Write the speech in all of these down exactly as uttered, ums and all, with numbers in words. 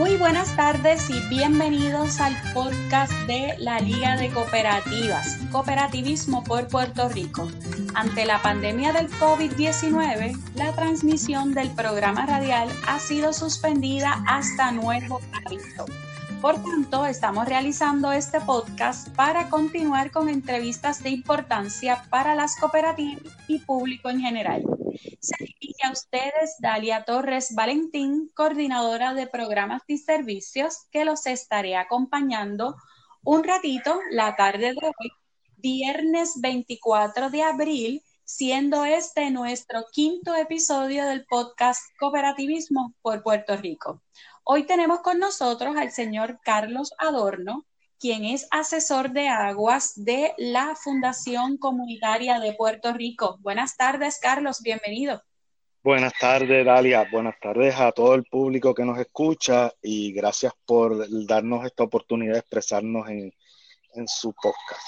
Muy buenas tardes y bienvenidos al podcast de la Liga de Cooperativas, Cooperativismo por Puerto Rico. Ante la pandemia del COVID diecinueve, la transmisión del programa radial ha sido suspendida hasta nuevo aviso. Por tanto, estamos realizando este podcast para continuar con entrevistas de importancia para las cooperativas y público en general. Se dirige a ustedes Dalia Torres Valentín, coordinadora de programas y servicios, que los estaré acompañando un ratito la tarde de hoy, viernes veinticuatro de abril, siendo este nuestro quinto episodio del podcast Cooperativismo por Puerto Rico. Hoy tenemos con nosotros al señor Carlos Adorno, quien es asesor de aguas de la Fundación Comunitaria de Puerto Rico. Buenas tardes, Carlos, bienvenido. Buenas tardes, Dalia. Buenas tardes a todo el público que nos escucha y gracias por darnos esta oportunidad de expresarnos en, en su podcast.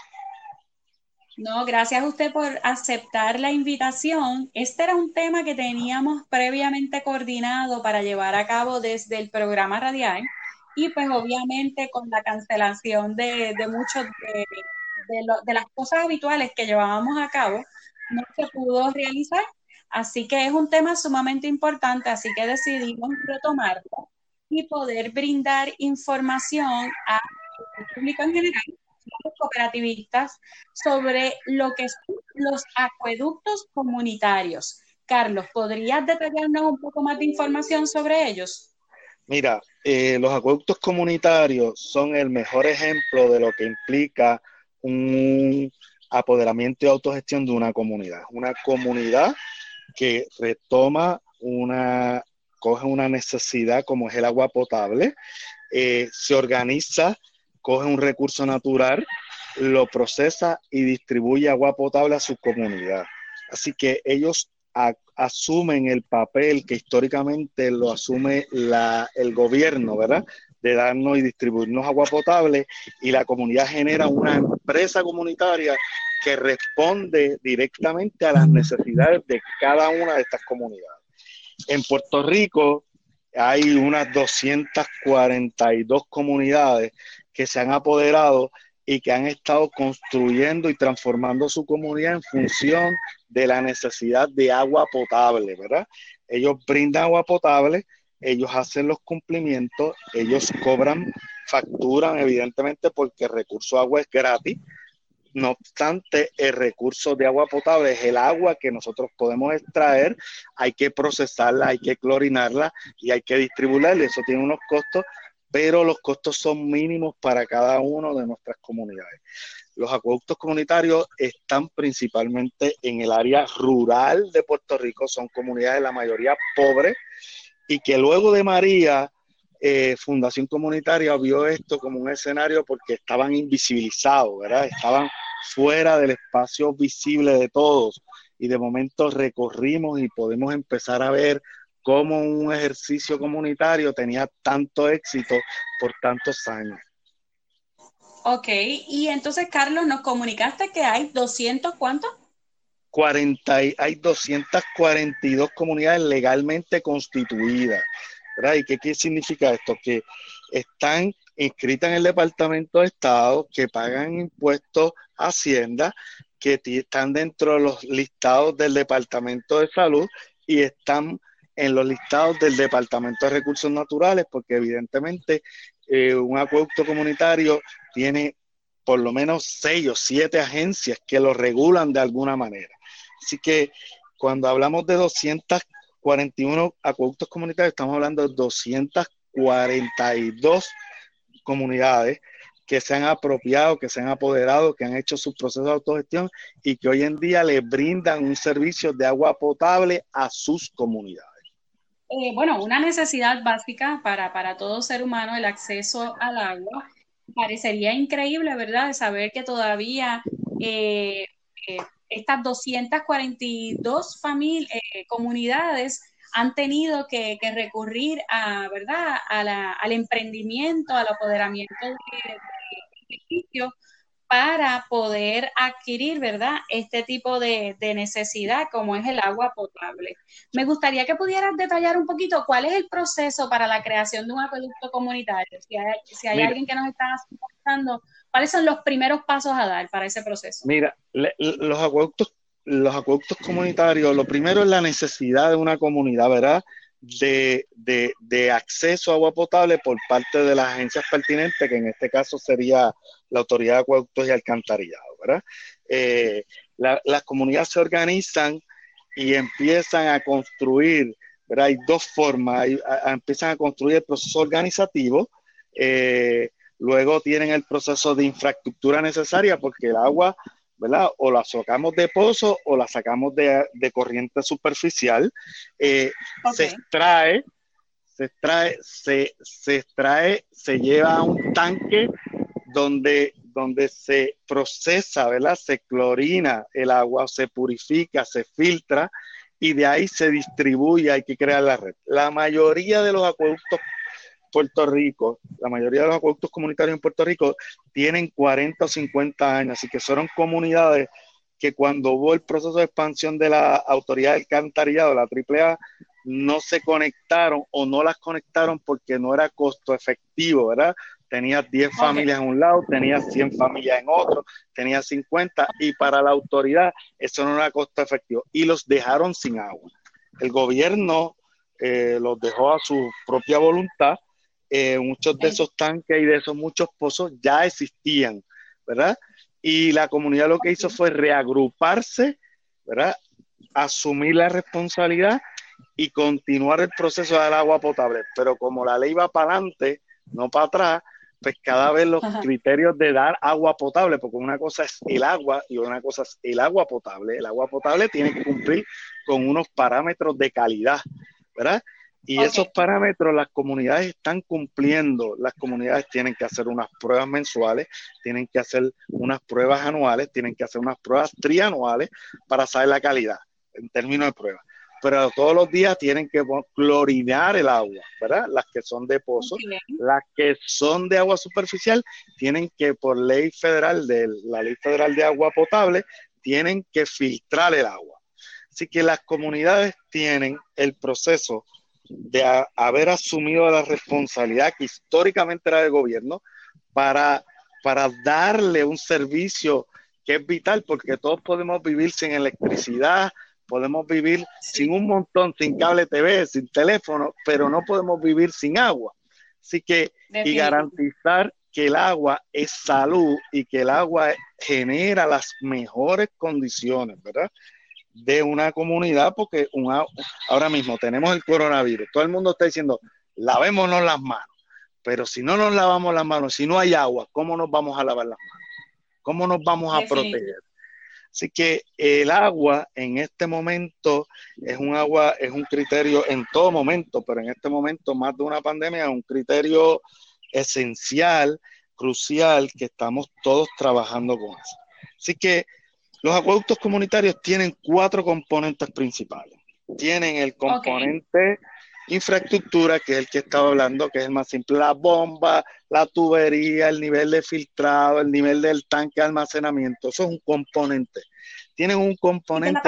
No, gracias a usted por aceptar la invitación. Este era un tema que teníamos previamente coordinado para llevar a cabo desde el programa radial y pues obviamente con la cancelación de, de muchos de, de, lo, de las cosas habituales que llevábamos a cabo, no se pudo realizar. Así que es un tema sumamente importante, así que decidimos retomarlo y poder brindar información al público en general, a los cooperativistas, sobre lo que son los acueductos comunitarios. Carlos, ¿podrías detallarnos un poco más de información sobre ellos? Mira, eh, los acueductos comunitarios son el mejor ejemplo de lo que implica un apoderamiento y autogestión de una comunidad. Una comunidad que retoma una, coge una necesidad como es el agua potable, eh, se organiza, coge un recurso natural, lo procesa y distribuye agua potable a su comunidad. Así que ellos a, asumen el papel que históricamente lo asume la, el gobierno, ¿verdad?, de darnos y distribuirnos agua potable, y la comunidad genera una empresa comunitaria que responde directamente a las necesidades de cada una de estas comunidades. En Puerto Rico hay unas doscientas cuarenta y dos comunidades que se han apoderado y que han estado construyendo y transformando su comunidad en función de la necesidad de agua potable, ¿verdad? Ellos brindan agua potable, ellos hacen los cumplimientos, ellos cobran, facturan, evidentemente, porque el recurso de agua es gratis. No obstante, el recurso de agua potable es el agua que nosotros podemos extraer, hay que procesarla, hay que clorinarla y hay que distribuirla, y eso tiene unos costos, pero los costos son mínimos para cada uno de nuestras comunidades. Los acueductos comunitarios están principalmente en el área rural de Puerto Rico, son comunidades la mayoría pobres, y que luego de María, eh, Fundación Comunitaria vio esto como un escenario porque estaban invisibilizados, ¿verdad? Estaban fuera del espacio visible de todos, y de momento recorrimos y podemos empezar a ver cómo un ejercicio comunitario tenía tanto éxito por tantos años. Ok, y entonces, Carlos, nos comunicaste que hay doscientos, ¿cuántos? cuarenta, hay doscientas cuarenta y dos comunidades legalmente constituidas, ¿verdad? ¿Y qué, qué significa esto? Que están inscritas en el Departamento de Estado, que pagan impuestos a Hacienda, que están dentro de los listados del Departamento de Salud y están en los listados del Departamento de Recursos Naturales, porque evidentemente eh, un acueducto comunitario tiene por lo menos seis o siete agencias que lo regulan de alguna manera. Así que cuando hablamos de doscientos cuarenta y uno acueductos comunitarios, estamos hablando de doscientas cuarenta y dos comunidades que se han apropiado, que se han apoderado, que han hecho sus procesos de autogestión y que hoy en día le brindan un servicio de agua potable a sus comunidades. Eh, bueno, una necesidad básica para, para todo ser humano, el acceso al agua. Parecería increíble, ¿verdad?, de saber que todavía eh, eh, estas doscientas cuarenta y dos familias, eh, comunidades han tenido que, que recurrir a, ¿verdad?, a la, al emprendimiento, al apoderamiento de, de edificios para poder adquirir, ¿verdad?, este tipo de, de necesidad como es el agua potable. Me gustaría que pudieras detallar un poquito cuál es el proceso para la creación de un acueducto comunitario. Si hay, si hay Mira, alguien que nos está escuchando, ¿cuáles son los primeros pasos a dar para ese proceso? mira, le- los acueductos, los acueductos comunitarios, lo primero es la necesidad de una comunidad, ¿verdad? De, de, de acceso a agua potable por parte de las agencias pertinentes, que en este caso sería la Autoridad de Acueductos y Alcantarillado, ¿verdad? Eh, la- las comunidades se organizan y empiezan a construir, ¿verdad? Hay dos formas, hay- a- a- empiezan a construir el proceso organizativo, eh, luego tienen el proceso de infraestructura necesaria porque el agua, ¿verdad? O la sacamos de pozo o la sacamos de, de corriente superficial. Eh, Okay. Se extrae, se extrae, se, se extrae, se lleva a un tanque donde, donde se procesa, ¿verdad? Se clorina el agua, se purifica, se filtra y de ahí se distribuye, hay que crear la red. La mayoría de los acueductos Puerto Rico, la mayoría de los acueductos comunitarios en Puerto Rico tienen cuarenta o cincuenta años, así que son comunidades que cuando hubo el proceso de expansión de la Autoridad del Alcantarillado, la triple A, no se conectaron o no las conectaron porque no era costo efectivo, ¿verdad? Tenías diez okay. familias en un lado, tenías cien familias en otro, tenías cincuenta y para la autoridad eso no era costo efectivo y los dejaron sin agua. El gobierno eh, los dejó a su propia voluntad. Eh, muchos de esos tanques y de esos muchos pozos ya existían, ¿verdad? Y la comunidad lo que hizo fue reagruparse, ¿verdad? Asumir la responsabilidad y continuar el proceso del agua potable. Pero como la ley va para adelante, no para atrás, pues cada vez los Ajá. criterios de dar agua potable, porque una cosa es el agua y una cosa es el agua potable. El agua potable tiene que cumplir con unos parámetros de calidad, ¿verdad? Y okay. esos parámetros las comunidades están cumpliendo. Las comunidades tienen que hacer unas pruebas mensuales, tienen que hacer unas pruebas anuales, tienen que hacer unas pruebas trianuales para saber la calidad en términos de pruebas. Pero todos los días tienen que clorinar el agua, ¿verdad? Las que son de pozo, okay. las que son de agua superficial, tienen que, por ley federal, de la Ley Federal de Agua Potable, tienen que filtrar el agua. Así que las comunidades tienen el proceso de a, haber asumido la responsabilidad que históricamente era del gobierno para, para darle un servicio que es vital, porque todos podemos vivir sin electricidad, podemos vivir sí. sin un montón, sin cable T V, sin teléfono, pero no podemos vivir sin agua. Así que, y garantizar que el agua es salud y que el agua genera las mejores condiciones, ¿verdad?, de una comunidad, porque una, ahora mismo tenemos el coronavirus, todo el mundo está diciendo, lavémonos las manos, pero si no nos lavamos las manos, si no hay agua, ¿cómo nos vamos a lavar las manos? ¿Cómo nos vamos a proteger? Así que el agua en este momento es un agua, es un criterio en todo momento, pero en este momento más de una pandemia es un criterio esencial, crucial, que estamos todos trabajando con eso. Así que los acueductos comunitarios tienen cuatro componentes principales. Tienen el componente okay. infraestructura, que es el que estaba hablando, que es el más simple, la bomba, la tubería, el nivel de filtrado, el nivel del tanque de almacenamiento. Eso es un componente. Tienen un componente...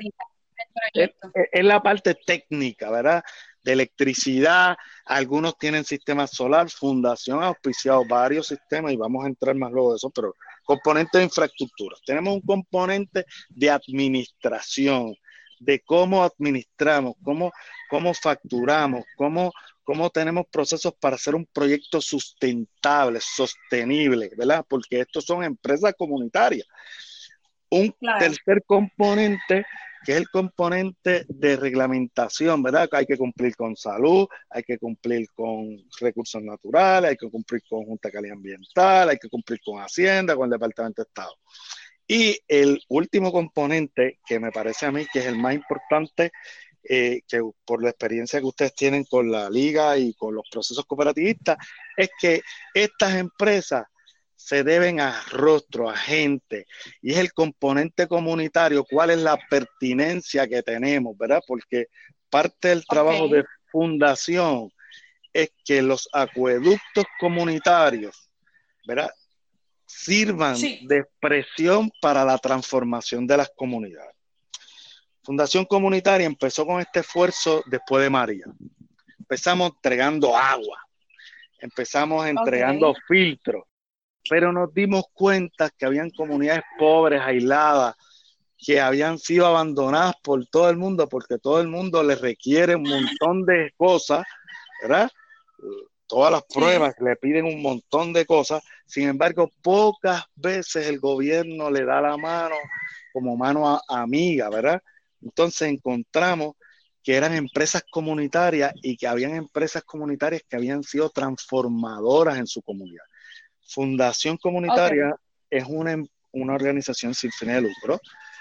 Es, es, es la parte técnica, ¿verdad?, de electricidad. Algunos tienen sistemas solar, Fundación ha auspiciado varios sistemas y vamos a entrar más luego de eso, pero componente de infraestructura. Tenemos un componente de administración, de cómo administramos, cómo, cómo facturamos, cómo, cómo tenemos procesos para hacer un proyecto sustentable, sostenible, ¿verdad? Porque estos son empresas comunitarias. Un claro. tercer componente, que es el componente de reglamentación, ¿verdad? Hay que cumplir con salud, hay que cumplir con recursos naturales, hay que cumplir con Junta de Calidad Ambiental, hay que cumplir con Hacienda, con el Departamento de Estado. Y el último componente, que me parece a mí que es el más importante, eh, que por la experiencia que ustedes tienen con la liga y con los procesos cooperativistas, es que estas empresas se deben a rostro, a gente, y es el componente comunitario, cuál es la pertinencia que tenemos, ¿verdad? Porque parte del trabajo okay. de fundación es que los acueductos comunitarios, ¿verdad?, sirvan Sí. de expresión para la transformación de las comunidades. Fundación Comunitaria empezó con este esfuerzo después de María. Empezamos entregando agua, empezamos entregando Okay. filtros, pero nos dimos cuenta que habían comunidades pobres, aisladas, que habían sido abandonadas por todo el mundo, porque todo el mundo les requiere un montón de cosas, ¿verdad? Todas las pruebas Sí. le piden un montón de cosas, sin embargo, pocas veces el gobierno le da la mano como mano a, amiga, ¿verdad? Entonces encontramos que eran empresas comunitarias y que habían empresas comunitarias que habían sido transformadoras en su comunidad. Fundación Comunitaria Okay. es una, una organización sin fin de lucro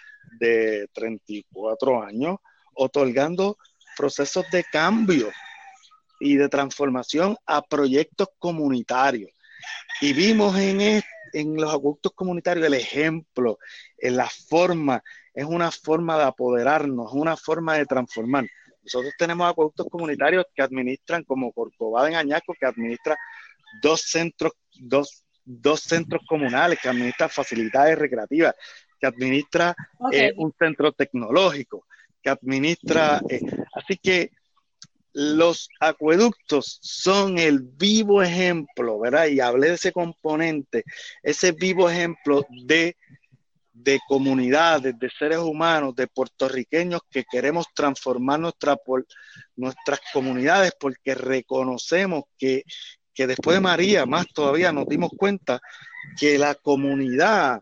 de treinta y cuatro años, otorgando procesos de cambio y de transformación a proyectos comunitarios. Y vimos en, el, en los acueductos comunitarios el ejemplo, en la forma, es una forma de apoderarnos, una forma de transformar. Nosotros tenemos acueductos comunitarios que administran, como Corcovado en Añasco, que administra dos centros, dos, dos centros comunales, que administra facilidades recreativas, que administra eh, Okay. un centro tecnológico, que administra... Eh, así que los acueductos son el vivo ejemplo, ¿verdad? Y hablé de ese componente, ese vivo ejemplo de, de comunidades, de seres humanos, de puertorriqueños que queremos transformar nuestra, por, nuestras comunidades porque reconocemos que, que después de María, más todavía nos dimos cuenta que la comunidad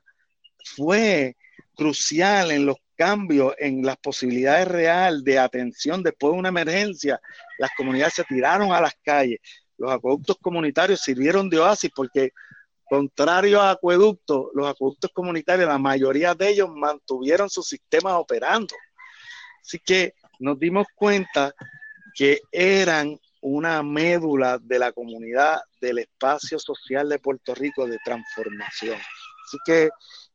fue crucial en los cambios, en las posibilidades reales de atención después de una emergencia. Las comunidades se tiraron a las calles. Los acueductos comunitarios sirvieron de oasis porque, contrario a acueductos, los acueductos comunitarios, la mayoría de ellos mantuvieron sus sistemas operando. Así que nos dimos cuenta que eran una médula de la comunidad, del espacio social de Puerto Rico de transformación. Así que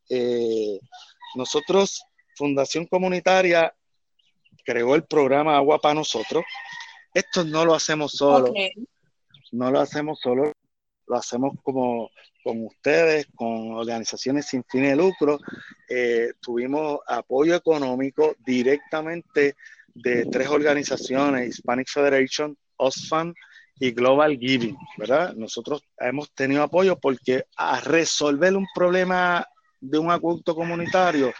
eh, nosotros, Fundación Comunitaria, creó el programa Agua para Nosotros. Esto no lo hacemos solo, Okay. no lo hacemos solo, lo hacemos como con ustedes, con organizaciones sin fines de lucro. Eh, tuvimos apoyo económico directamente de tres organizaciones, Hispanic Federation, Oxfam y Global Giving, ¿verdad? Nosotros hemos tenido apoyo porque a resolver un problema de un acueducto comunitario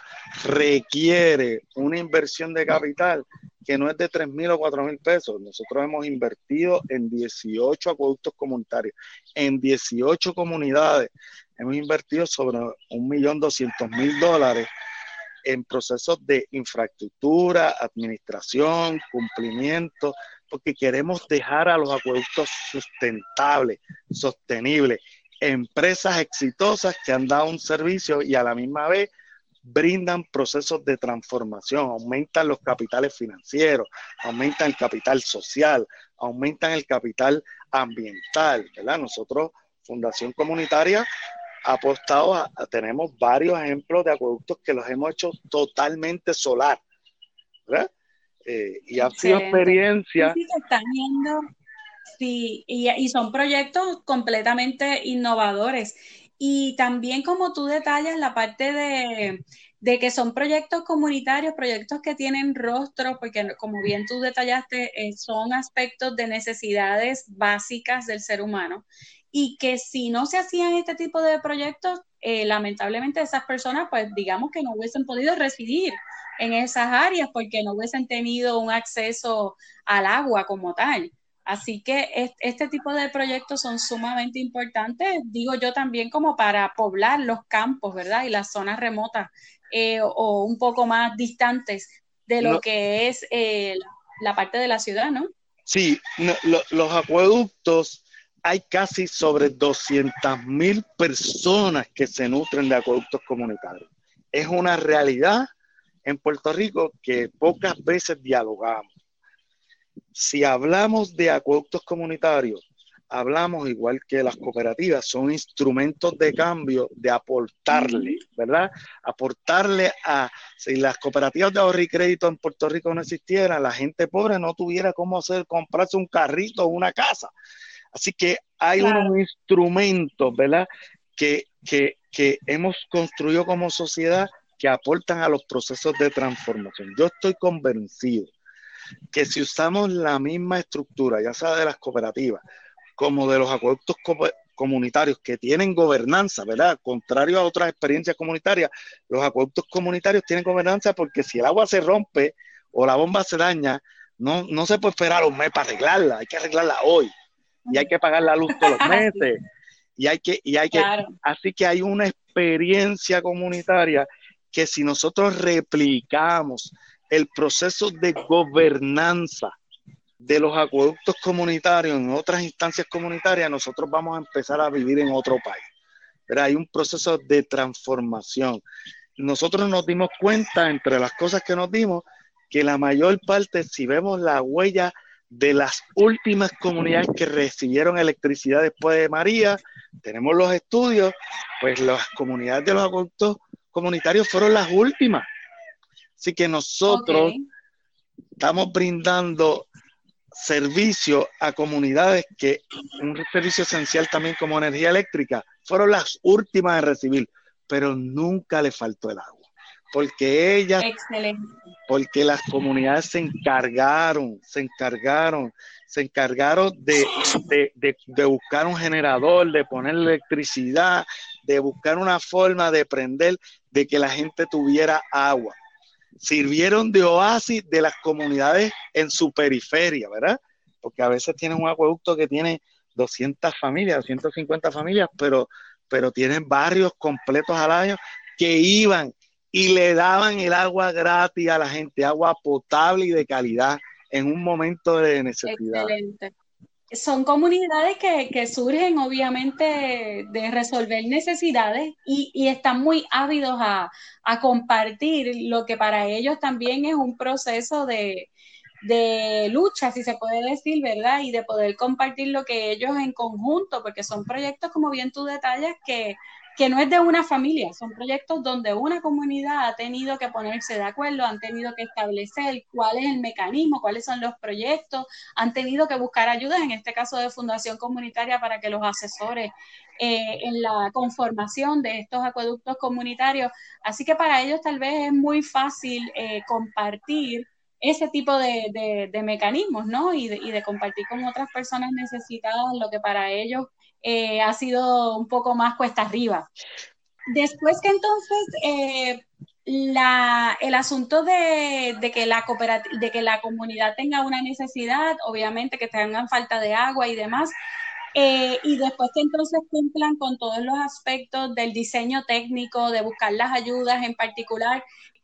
requiere una inversión de capital que no es de tres mil o cuatro mil pesos. Nosotros hemos invertido en dieciocho acueductos comunitarios, en dieciocho comunidades. Hemos invertido sobre un millón doscientos mil dólares en procesos de infraestructura, administración, cumplimiento, porque queremos dejar a los acueductos sustentables, sostenibles, empresas exitosas que han dado un servicio y a la misma vez brindan procesos de transformación, aumentan los capitales financieros, aumentan el capital social, aumentan el capital ambiental, ¿verdad? Nosotros, Fundación Comunitaria, apostado a, a, tenemos varios ejemplos de acueductos que los hemos hecho totalmente solar, ¿verdad? Eh, y ha sido Excelente. Sí, experiencia. sí, se están viendo, sí, y, y son proyectos completamente innovadores. Y también como tú detallas la parte de, de que son proyectos comunitarios, proyectos que tienen rostro, porque como bien tú detallaste, eh, son aspectos de necesidades básicas del ser humano. Y que si no se hacían este tipo de proyectos, eh, lamentablemente esas personas, pues digamos que no hubiesen podido residir en esas áreas porque no hubiesen tenido un acceso al agua como tal. Así que este tipo de proyectos son sumamente importantes, digo yo también como para poblar los campos, ¿verdad? Y las zonas remotas eh, o un poco más distantes de lo No, que es eh, la parte de la ciudad, ¿no? Sí, no, lo, los acueductos, hay casi sobre doscientas mil personas que se nutren de acueductos comunitarios. Es una realidad en Puerto Rico que pocas veces dialogamos. Si hablamos de acueductos comunitarios, hablamos igual que las cooperativas, son instrumentos de cambio, de aportarle, Uh-huh. ¿verdad? Aportarle a, si las cooperativas de ahorro y crédito en Puerto Rico no existieran, la gente pobre no tuviera cómo hacer, comprarse un carrito o una casa. Así que hay Claro. unos instrumentos, ¿verdad? Que que, que hemos construido como sociedad que aportan a los procesos de transformación. Yo estoy convencido que si usamos la misma estructura, ya sea de las cooperativas, como de los acueductos comunitarios que tienen gobernanza, ¿verdad? Contrario a otras experiencias comunitarias, los acueductos comunitarios tienen gobernanza porque si el agua se rompe o la bomba se daña, no, no se puede esperar un mes para arreglarla, hay que arreglarla hoy. Y hay que pagar la luz todos los meses. Y hay que, y hay que, claro. Así que hay una experiencia comunitaria que si nosotros replicamos el proceso de gobernanza de los acueductos comunitarios en otras instancias comunitarias, nosotros vamos a empezar a vivir en otro país. Pero hay un proceso de transformación. Nosotros nos dimos cuenta, entre las cosas que nos dimos, que la mayor parte, si vemos la huella de las últimas comunidades que recibieron electricidad después de María, tenemos los estudios, pues las comunidades de los acueductos comunitarios fueron las últimas. Así que nosotros okay. estamos brindando servicio a comunidades que, un servicio esencial también como energía eléctrica, fueron las últimas en recibir, pero nunca le faltó el agua, porque ellas, Excelente. porque las comunidades se encargaron, se encargaron, se encargaron de, de, de, de buscar un generador, de poner electricidad, de buscar una forma de prender, de que la gente tuviera agua. Sirvieron de oasis de las comunidades en su periferia, ¿verdad? Porque a veces tienen un acueducto que tiene doscientas familias, doscientas cincuenta familias, pero, pero tienen barrios completos al año que iban y le daban el agua gratis a la gente, agua potable y de calidad en un momento de necesidad. Excelente. Son comunidades que, que surgen obviamente de resolver necesidades y, y están muy ávidos a, a compartir lo que para ellos también es un proceso de, de lucha, si se puede decir, ¿verdad? Y de poder compartir lo que ellos en conjunto, porque son proyectos, como bien tú detallas, que, que no es de una familia, son proyectos donde una comunidad ha tenido que ponerse de acuerdo, han tenido que establecer cuál es el mecanismo, cuáles son los proyectos, han tenido que buscar ayudas, en este caso de Fundación Comunitaria, para que los asesores eh, en la conformación de estos acueductos comunitarios. Así que para ellos tal vez es muy fácil eh, compartir ese tipo de, de, de mecanismos, ¿no? Y de, y de compartir con otras personas necesitadas lo que para ellos eh, ha sido un poco más cuesta arriba. Después que entonces eh, la, el asunto de, de, que la de que la comunidad tenga una necesidad, obviamente que tengan falta de agua y demás, eh, y después que entonces cumplan con todos los aspectos del diseño técnico, de buscar las ayudas en particular,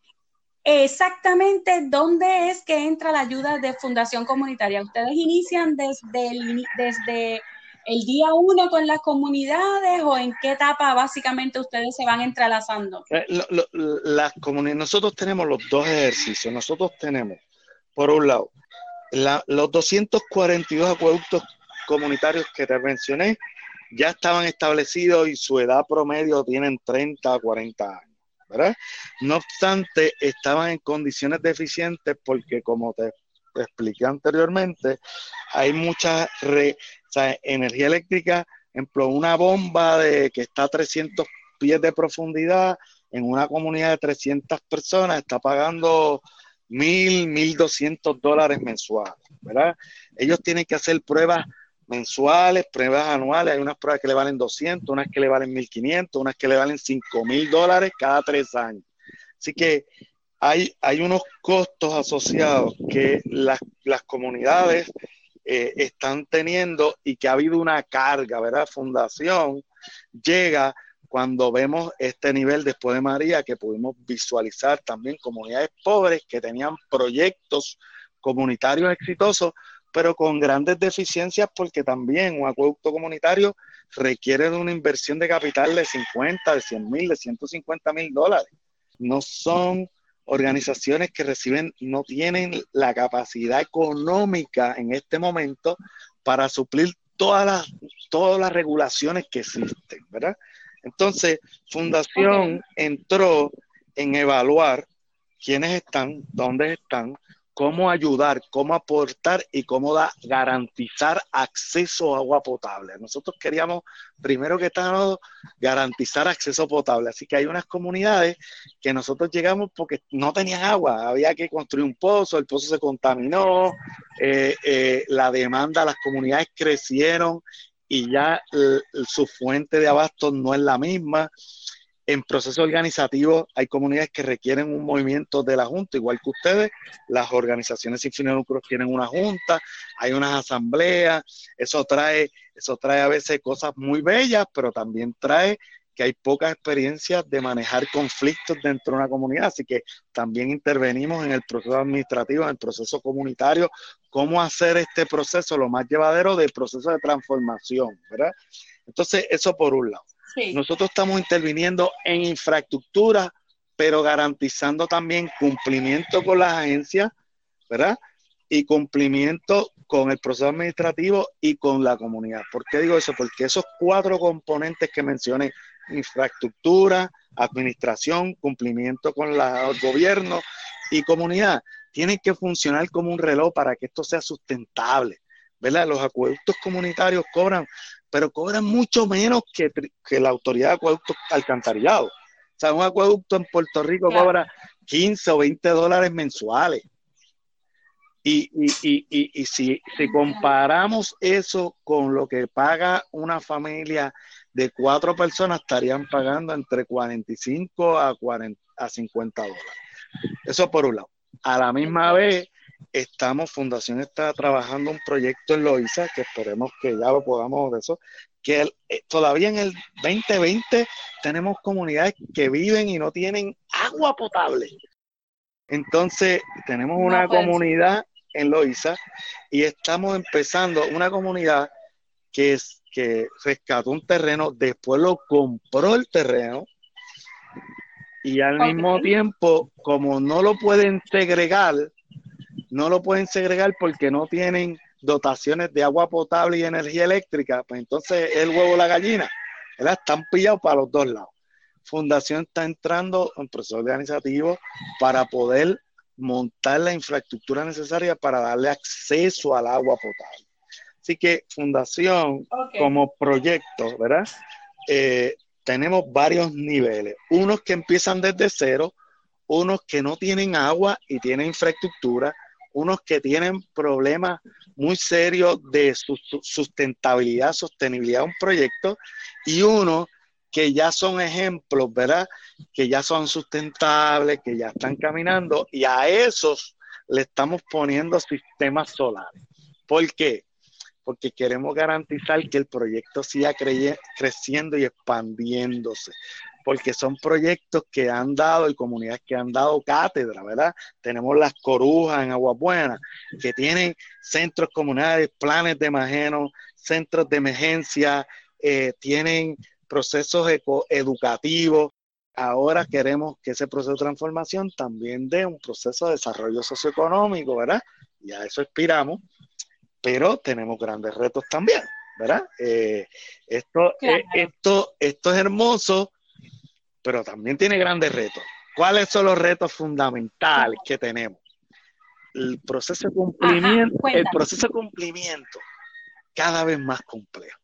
exactamente dónde es que entra la ayuda de Fundación Comunitaria. ¿Ustedes inician desde el, desde el día uno con las comunidades o en qué etapa básicamente ustedes se van entrelazando? Eh, lo, lo, las comunidades, nosotros tenemos los dos ejercicios. Nosotros tenemos, por un lado, la, los doscientos cuarenta y dos acueductos comunitarios que te mencioné ya estaban establecidos y su edad promedio tienen treinta a cuarenta años, ¿verdad? No obstante, estaban en condiciones deficientes porque, como te expliqué anteriormente, hay mucha re, o sea, energía eléctrica, ejemplo, una bomba de que está a trescientos pies de profundidad en una comunidad de trescientas personas está pagando mil, mil doscientos dólares mensuales, ¿verdad? Ellos tienen que hacer pruebas mensuales, pruebas anuales, hay unas pruebas que le valen doscientos, unas que le valen mil quinientos, unas que le valen cinco mil dólares cada tres años. Así que hay, hay unos costos asociados que las, las comunidades eh, están teniendo y que ha habido una carga, ¿verdad? Fundación llega cuando vemos este nivel después de María, que pudimos visualizar también comunidades pobres que tenían proyectos comunitarios exitosos, pero con grandes deficiencias porque también un acueducto comunitario requiere de una inversión de capital de cincuenta, de cien mil, de ciento cincuenta mil dólares. No son organizaciones que reciben, no tienen la capacidad económica en este momento para suplir todas las, todas las regulaciones que existen, ¿verdad? Entonces, Fundación okay. entró en evaluar quiénes están, dónde están, cómo ayudar, cómo aportar y cómo da, garantizar acceso a agua potable. Nosotros queríamos, primero que todo, garantizar acceso potable. Así que hay unas comunidades que nosotros llegamos porque no tenían agua, había que construir un pozo, el pozo se contaminó, eh, eh, la demanda, las comunidades crecieron y ya l, su fuente de abasto no es la misma. En proceso organizativo hay comunidades que requieren un movimiento de la Junta, igual que ustedes, las organizaciones sin fines de lucro tienen una Junta, hay unas asambleas, eso trae, eso trae a veces cosas muy bellas, pero también trae que hay pocas experiencias de manejar conflictos dentro de una comunidad, así que también intervenimos en el proceso administrativo, en el proceso comunitario, cómo hacer este proceso lo más llevadero del proceso de transformación, ¿verdad? Entonces, eso por un lado. Sí. Nosotros estamos interviniendo en infraestructura, pero garantizando también cumplimiento con las agencias, ¿verdad? Y cumplimiento con el proceso administrativo y con la comunidad. ¿Por qué digo eso? Porque esos cuatro componentes que mencioné, infraestructura, administración, cumplimiento con la, el gobierno y comunidad, tienen que funcionar como un reloj para que esto sea sustentable, ¿verdad? Los acueductos comunitarios cobran, pero cobran mucho menos que, que la autoridad de acueductos alcantarillados. O sea, un acueducto en Puerto Rico claro. cobra quince o veinte dólares mensuales. Y, y, y, y, y si, si comparamos eso con lo que paga una familia de cuatro personas, estarían pagando entre cuarenta y cinco a, cuarenta, a cincuenta dólares. Eso por un lado. A la misma vez, estamos, Fundación está trabajando un proyecto en Loíza, que esperemos que ya lo podamos de eso, que el, eh, todavía en el veinte veinte tenemos comunidades que viven y no tienen agua potable. Entonces, tenemos una no, pues. comunidad en Loíza y estamos empezando una comunidad que, es, que rescató un terreno, después lo compró el terreno y al okay. mismo tiempo, como no lo pueden segregar, no lo pueden segregar porque no tienen dotaciones de agua potable y energía eléctrica, pues entonces el huevo o la gallina, ¿verdad? Están pillados para los dos lados. Fundación está entrando en proceso organizativo para poder montar la infraestructura necesaria para darle acceso al agua potable. Así que Fundación, okay. como proyecto, ¿verdad? Eh, tenemos varios niveles. Unos que empiezan desde cero, unos que no tienen agua y tienen infraestructura, unos que tienen problemas muy serios de sustentabilidad, sostenibilidad de un proyecto, y unos que ya son ejemplos, ¿verdad? Que ya son sustentables, que ya están caminando, y a esos le estamos poniendo sistemas solares. ¿Por qué? Porque queremos garantizar que el proyecto siga cre- creciendo y expandiéndose, porque son proyectos que han dado y comunidades que han dado cátedra, ¿verdad? Tenemos las Corujas en Aguas Buenas, que tienen centros comunales, planes de emergencia, centros de emergencia, eh, tienen procesos eco- educativos. Ahora queremos que ese proceso de transformación también dé un proceso de desarrollo socioeconómico, ¿verdad? Y a eso aspiramos, pero tenemos grandes retos también, ¿verdad? Eh, esto, claro. eh, esto, esto es hermoso, pero también tiene grandes retos. ¿Cuáles son los retos fundamentales que tenemos? El proceso de cumplimiento, Ajá, el proceso de cumplimiento cada vez más complejo.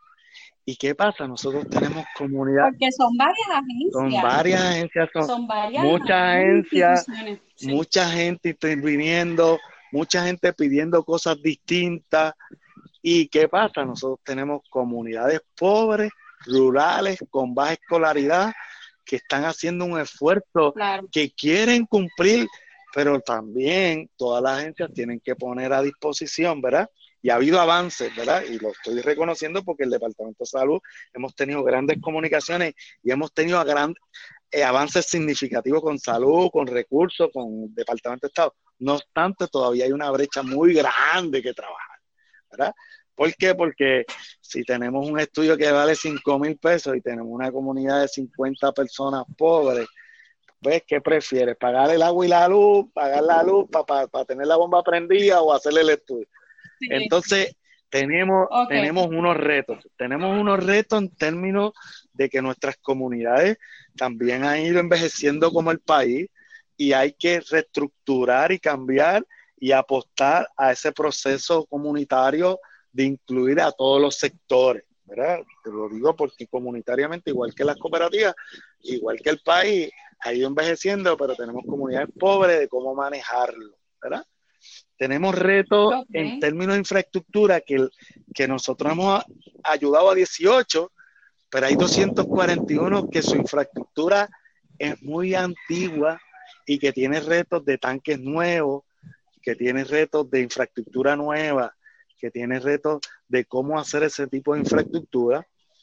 ¿Y qué pasa? Nosotros tenemos comunidad. Porque son varias agencias. Son varias agencias, son, son varias muchas agencias, sí. mucha gente interviniendo, mucha gente pidiendo cosas distintas. ¿Y qué pasa? Nosotros tenemos comunidades pobres, rurales, con baja escolaridad, que están haciendo un esfuerzo, claro. que quieren cumplir, pero también todas las agencias tienen que poner a disposición, ¿verdad? Y ha habido avances, ¿verdad? Y lo estoy reconociendo porque el Departamento de Salud hemos tenido grandes comunicaciones y hemos tenido gran, eh, avances significativos con salud, con recursos, con el Departamento de Estado. No obstante, todavía hay una brecha muy grande que trabajar, ¿verdad? ¿Por qué? Porque si tenemos un estudio que vale cinco mil pesos y tenemos una comunidad de cincuenta personas pobres, ¿ves? ¿Qué prefieres? ¿Pagar el agua y la luz? ¿Pagar la luz para pa, pa tener la bomba prendida o hacerle el estudio? Sí. Entonces, tenemos, okay. tenemos unos retos. Tenemos unos retos en términos de que nuestras comunidades también han ido envejeciendo como el país y hay que reestructurar y cambiar y apostar a ese proceso comunitario de incluir a todos los sectores, ¿verdad? Te lo digo porque comunitariamente, igual que las cooperativas, igual que el país, ha ido envejeciendo, pero tenemos comunidades pobres de cómo manejarlo, ¿verdad? Tenemos retos Ok. en términos de infraestructura que, que nosotros hemos ayudado a dieciocho, pero hay doscientos cuarenta y uno que su infraestructura es muy antigua y que tiene retos de tanques nuevos, que tiene retos de infraestructura nueva, que tiene retos de cómo hacer ese tipo de infraestructura.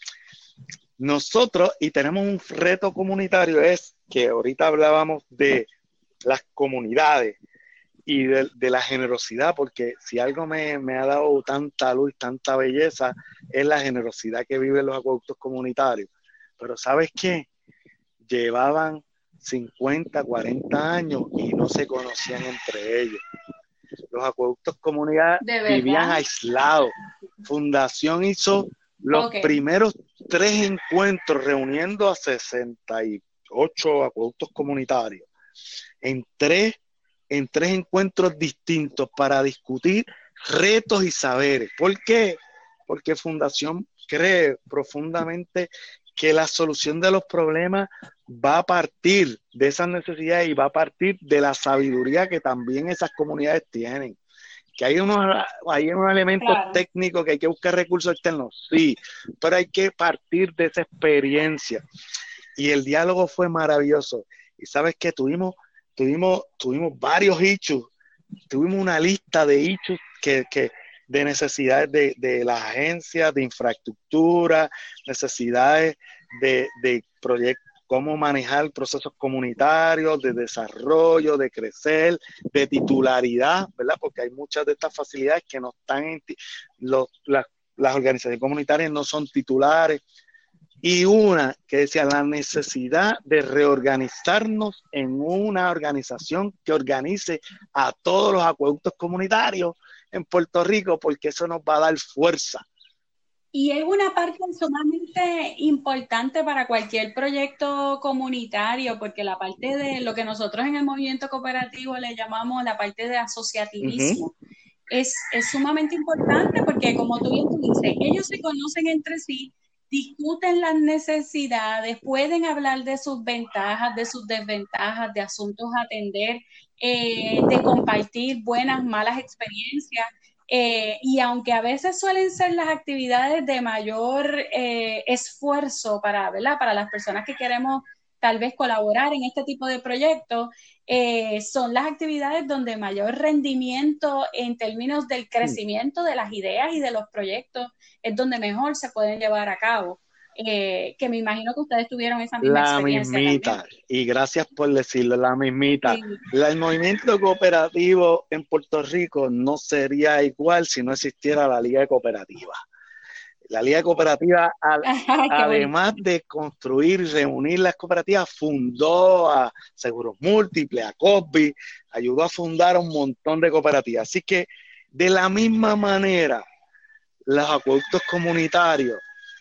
Nosotros, y tenemos un reto comunitario, es que ahorita hablábamos de las comunidades y de, de la generosidad, porque si algo me, me ha dado tanta luz, tanta belleza, es la generosidad que viven los acueductos comunitarios. Pero ¿sabes qué? Llevaban cincuenta, cuarenta años y no se conocían entre ellos. Los acueductos comunitarios vivían aislados. Fundación hizo los okay. primeros tres encuentros reuniendo a sesenta y ocho acueductos comunitarios en tres, en tres encuentros distintos para discutir retos y saberes. ¿Por qué? Porque Fundación cree profundamente que la solución de los problemas va a partir de esas necesidades y va a partir de la sabiduría que también esas comunidades tienen. Que hay unos, hay unos elementos claro. técnicos que hay que buscar recursos externos, sí, pero hay que partir de esa experiencia. Y el diálogo fue maravilloso. Y sabes que tuvimos, tuvimos, tuvimos varios issues, tuvimos una lista de issues que, que de necesidades de, de las agencias, de infraestructura, necesidades de, de proyectos, cómo manejar procesos comunitarios, de desarrollo, de crecer, de titularidad, ¿verdad? Porque hay muchas de estas facilidades que no están en, los, las, las organizaciones comunitarias no son titulares. Y una que decía la necesidad de reorganizarnos en una organización que organice a todos los acueductos comunitarios en Puerto Rico, porque eso nos va a dar fuerza. Y es una parte sumamente importante para cualquier proyecto comunitario, porque la parte de lo que nosotros en el movimiento cooperativo le llamamos la parte de asociativismo, uh-huh. es, es sumamente importante porque, como tú bien tú dices, ellos se conocen entre sí, discuten las necesidades, pueden hablar de sus ventajas, de sus desventajas, de asuntos a atender, eh, de compartir buenas, malas experiencias. Eh, y aunque a veces suelen ser las actividades de mayor eh, esfuerzo para, ¿verdad? Para las personas que queremos tal vez colaborar en este tipo de proyectos, eh, son las actividades donde mayor rendimiento en términos del crecimiento de las ideas y de los proyectos es donde mejor se pueden llevar a cabo. Eh, que me imagino que ustedes tuvieron esa misma la experiencia mismita, también. Y gracias por decirlo, la mismita. Sí. La, el movimiento cooperativo en Puerto Rico no sería igual si no existiera la Liga de Cooperativas. La Liga de Cooperativas, al, Ay, además bonito. de construir y reunir las cooperativas, fundó a Seguros Múltiples, a COSBI, ayudó a fundar un montón de cooperativas. Así que, de la misma manera, los acueductos comunitarios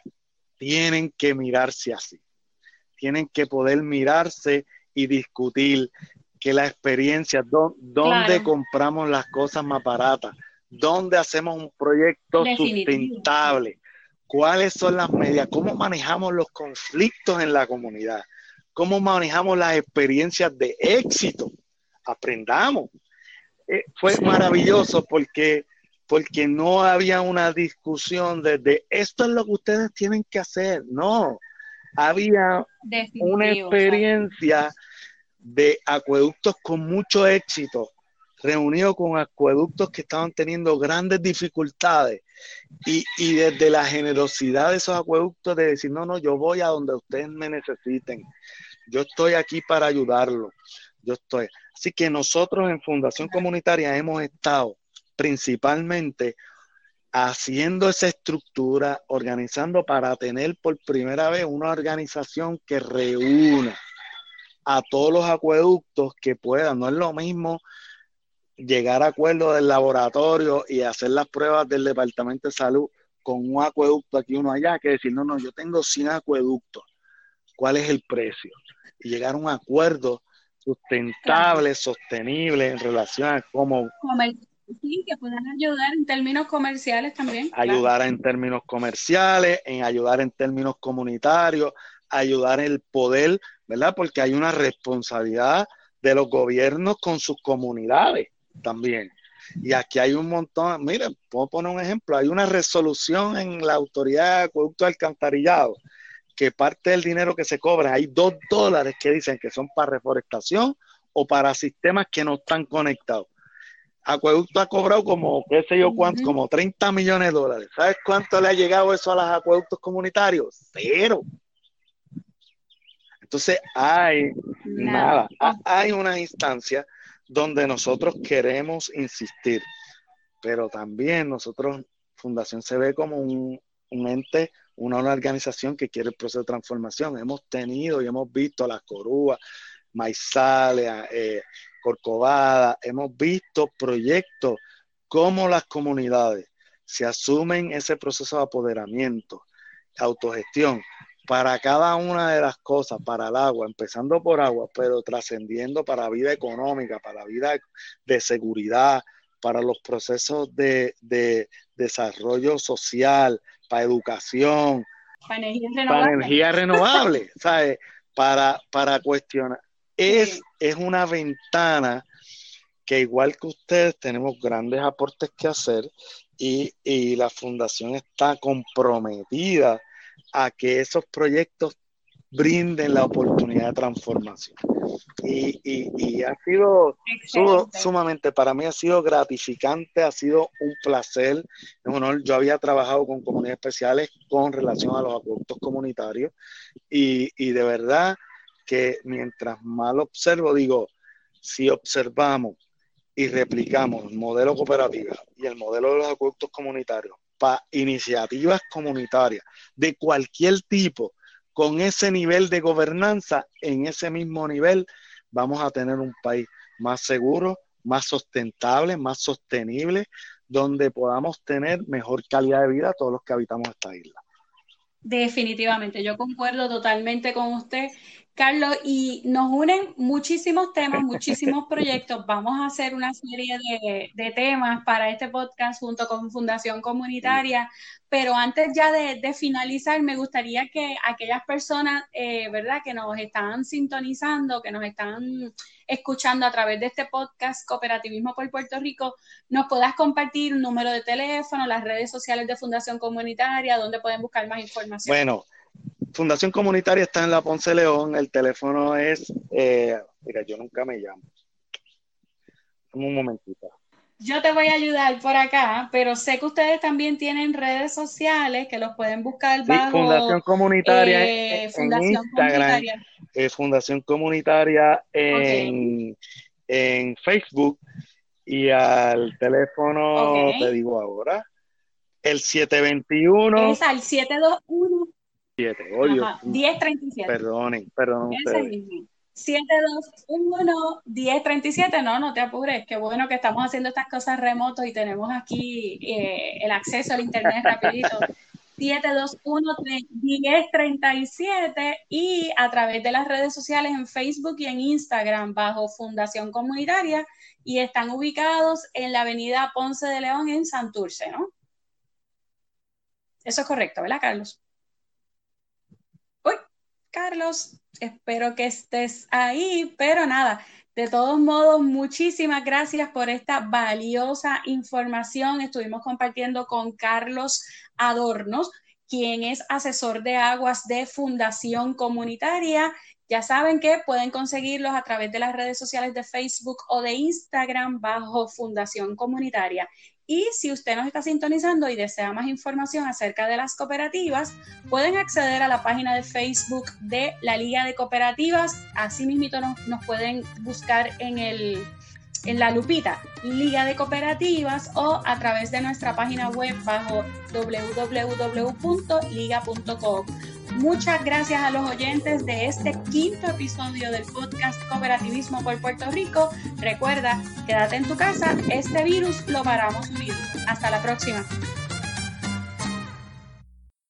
tienen que mirarse así. Tienen que poder mirarse y discutir que la experiencia, do, dónde claro. compramos las cosas más baratas, dónde hacemos un proyecto Definitivo. sustentable, cuáles son las medidas, cómo manejamos los conflictos en la comunidad, cómo manejamos las experiencias de éxito. Aprendamos. Eh, fue maravilloso porque, porque no había una discusión de, de esto es lo que ustedes tienen que hacer. No, había Definitivo, una experiencia ¿sabes? de acueductos con mucho éxito, reunidos con acueductos que estaban teniendo grandes dificultades y, y desde la generosidad de esos acueductos de decir, no, no, yo voy a donde ustedes me necesiten, yo estoy aquí para ayudarlos, yo estoy. Así que nosotros en Fundación Comunitaria hemos estado principalmente haciendo esa estructura, organizando para tener por primera vez una organización que reúna a todos los acueductos que puedan. No es lo mismo llegar a acuerdo del laboratorio y hacer las pruebas del Departamento de Salud con un acueducto aquí, uno allá, que decir, no, no, yo tengo cien acueductos, ¿cuál es el precio? Y llegar a un acuerdo sustentable, claro, sostenible en relación a cómo... Comer, sí, que puedan ayudar en términos comerciales también. Ayudar claro. en términos comerciales, en ayudar en términos comunitarios, ayudar en el poder, ¿verdad? Porque hay una responsabilidad de los gobiernos con sus comunidades también. Y aquí hay un montón, miren, puedo poner un ejemplo, hay una resolución en la Autoridad de Acueducto y Alcantarillado que parte del dinero que se cobra, hay dos dólares que dicen que son para reforestación o para sistemas que no están conectados. Acueducto ha cobrado como, qué sé yo cuánto, uh-huh. como treinta millones de dólares. ¿Sabes cuánto le ha llegado eso a los acueductos comunitarios? Cero. Entonces hay nada, nada. hay una instancia donde nosotros queremos insistir, pero también nosotros, Fundación se ve como un, un ente, una, una organización que quiere el proceso de transformación. Hemos tenido y hemos visto a las Corúas, Maizales, eh, Corcovada, hemos visto proyectos como las comunidades se asumen ese proceso de apoderamiento, autogestión, para cada una de las cosas, para el agua, empezando por agua, pero trascendiendo para la vida económica, para la vida de seguridad, para los procesos de, de desarrollo social, para educación, para energía renovable, para energía renovable, ¿sabes? Para, para cuestionar. Es, sí. es una ventana que, igual que ustedes, tenemos grandes aportes que hacer y, y la Fundación está comprometida a que esos proyectos brinden la oportunidad de transformación. Y, y, y ha sido su, sumamente, para mí ha sido gratificante, ha sido un placer, un honor. Yo había trabajado con comunidades especiales con relación a los acueductos comunitarios y, y de verdad que mientras más lo observo, digo, si observamos y replicamos el modelo cooperativo y el modelo de los acueductos comunitarios para iniciativas comunitarias de cualquier tipo, con ese nivel de gobernanza, en ese mismo nivel, vamos a tener un país más seguro, más sustentable, más sostenible, donde podamos tener mejor calidad de vida a todos los que habitamos esta isla. Definitivamente, yo concuerdo totalmente con usted, Carlos, y nos unen muchísimos temas, muchísimos proyectos. Vamos a hacer una serie de, de temas para este podcast junto con Fundación Comunitaria, pero antes ya de, de finalizar, me gustaría que aquellas personas, eh, ¿verdad?, que nos están sintonizando, que nos están escuchando a través de este podcast Cooperativismo por Puerto Rico, nos puedas compartir un número de teléfono, las redes sociales de Fundación Comunitaria, donde pueden buscar más información. Bueno, Fundación Comunitaria está en la Ponce León, el teléfono es, eh, mira, yo nunca me llamo. Un momentito. Yo te voy a ayudar por acá, pero sé que ustedes también tienen redes sociales que los pueden buscar bajo... Sí, Fundación Comunitaria eh, en, Fundación en Instagram, Comunitaria. Eh, Fundación Comunitaria en, okay. en Facebook y al teléfono, okay. te digo ahora, el siete veintiuno. Es al siete dos uno. siete, odio. diez treinta y siete. Perdonen, perdón ustedes. siete dos uno, diez treinta y siete, no, no te apures, qué bueno que estamos haciendo estas cosas remotos y tenemos aquí eh, el acceso al internet rapidito. siete dos uno, diez treinta y siete y a través de las redes sociales en Facebook y en Instagram bajo Fundación Comunitaria y están ubicados en la avenida Ponce de León en Santurce, ¿no? Eso es correcto, ¿verdad, Carlos? Uy, Carlos, espero que estés ahí, pero nada, de todos modos, muchísimas gracias por esta valiosa información. Estuvimos compartiendo con Carlos Adornos, quien es asesor de aguas de Fundación Comunitaria. Ya saben que pueden conseguirlos a través de las redes sociales de Facebook o de Instagram bajo Fundación Comunitaria. Y si usted nos está sintonizando y desea más información acerca de las cooperativas, pueden acceder a la página de Facebook de la Liga de Cooperativas. Así mismito nos, nos pueden buscar en, el, en la lupita Liga de Cooperativas o a través de nuestra página web bajo doble u doble u doble u punto liga punto com. Muchas gracias a los oyentes de este quinto episodio del podcast Cooperativismo por Puerto Rico. Recuerda, quédate en tu casa, este virus lo paramos unidos. Hasta la próxima.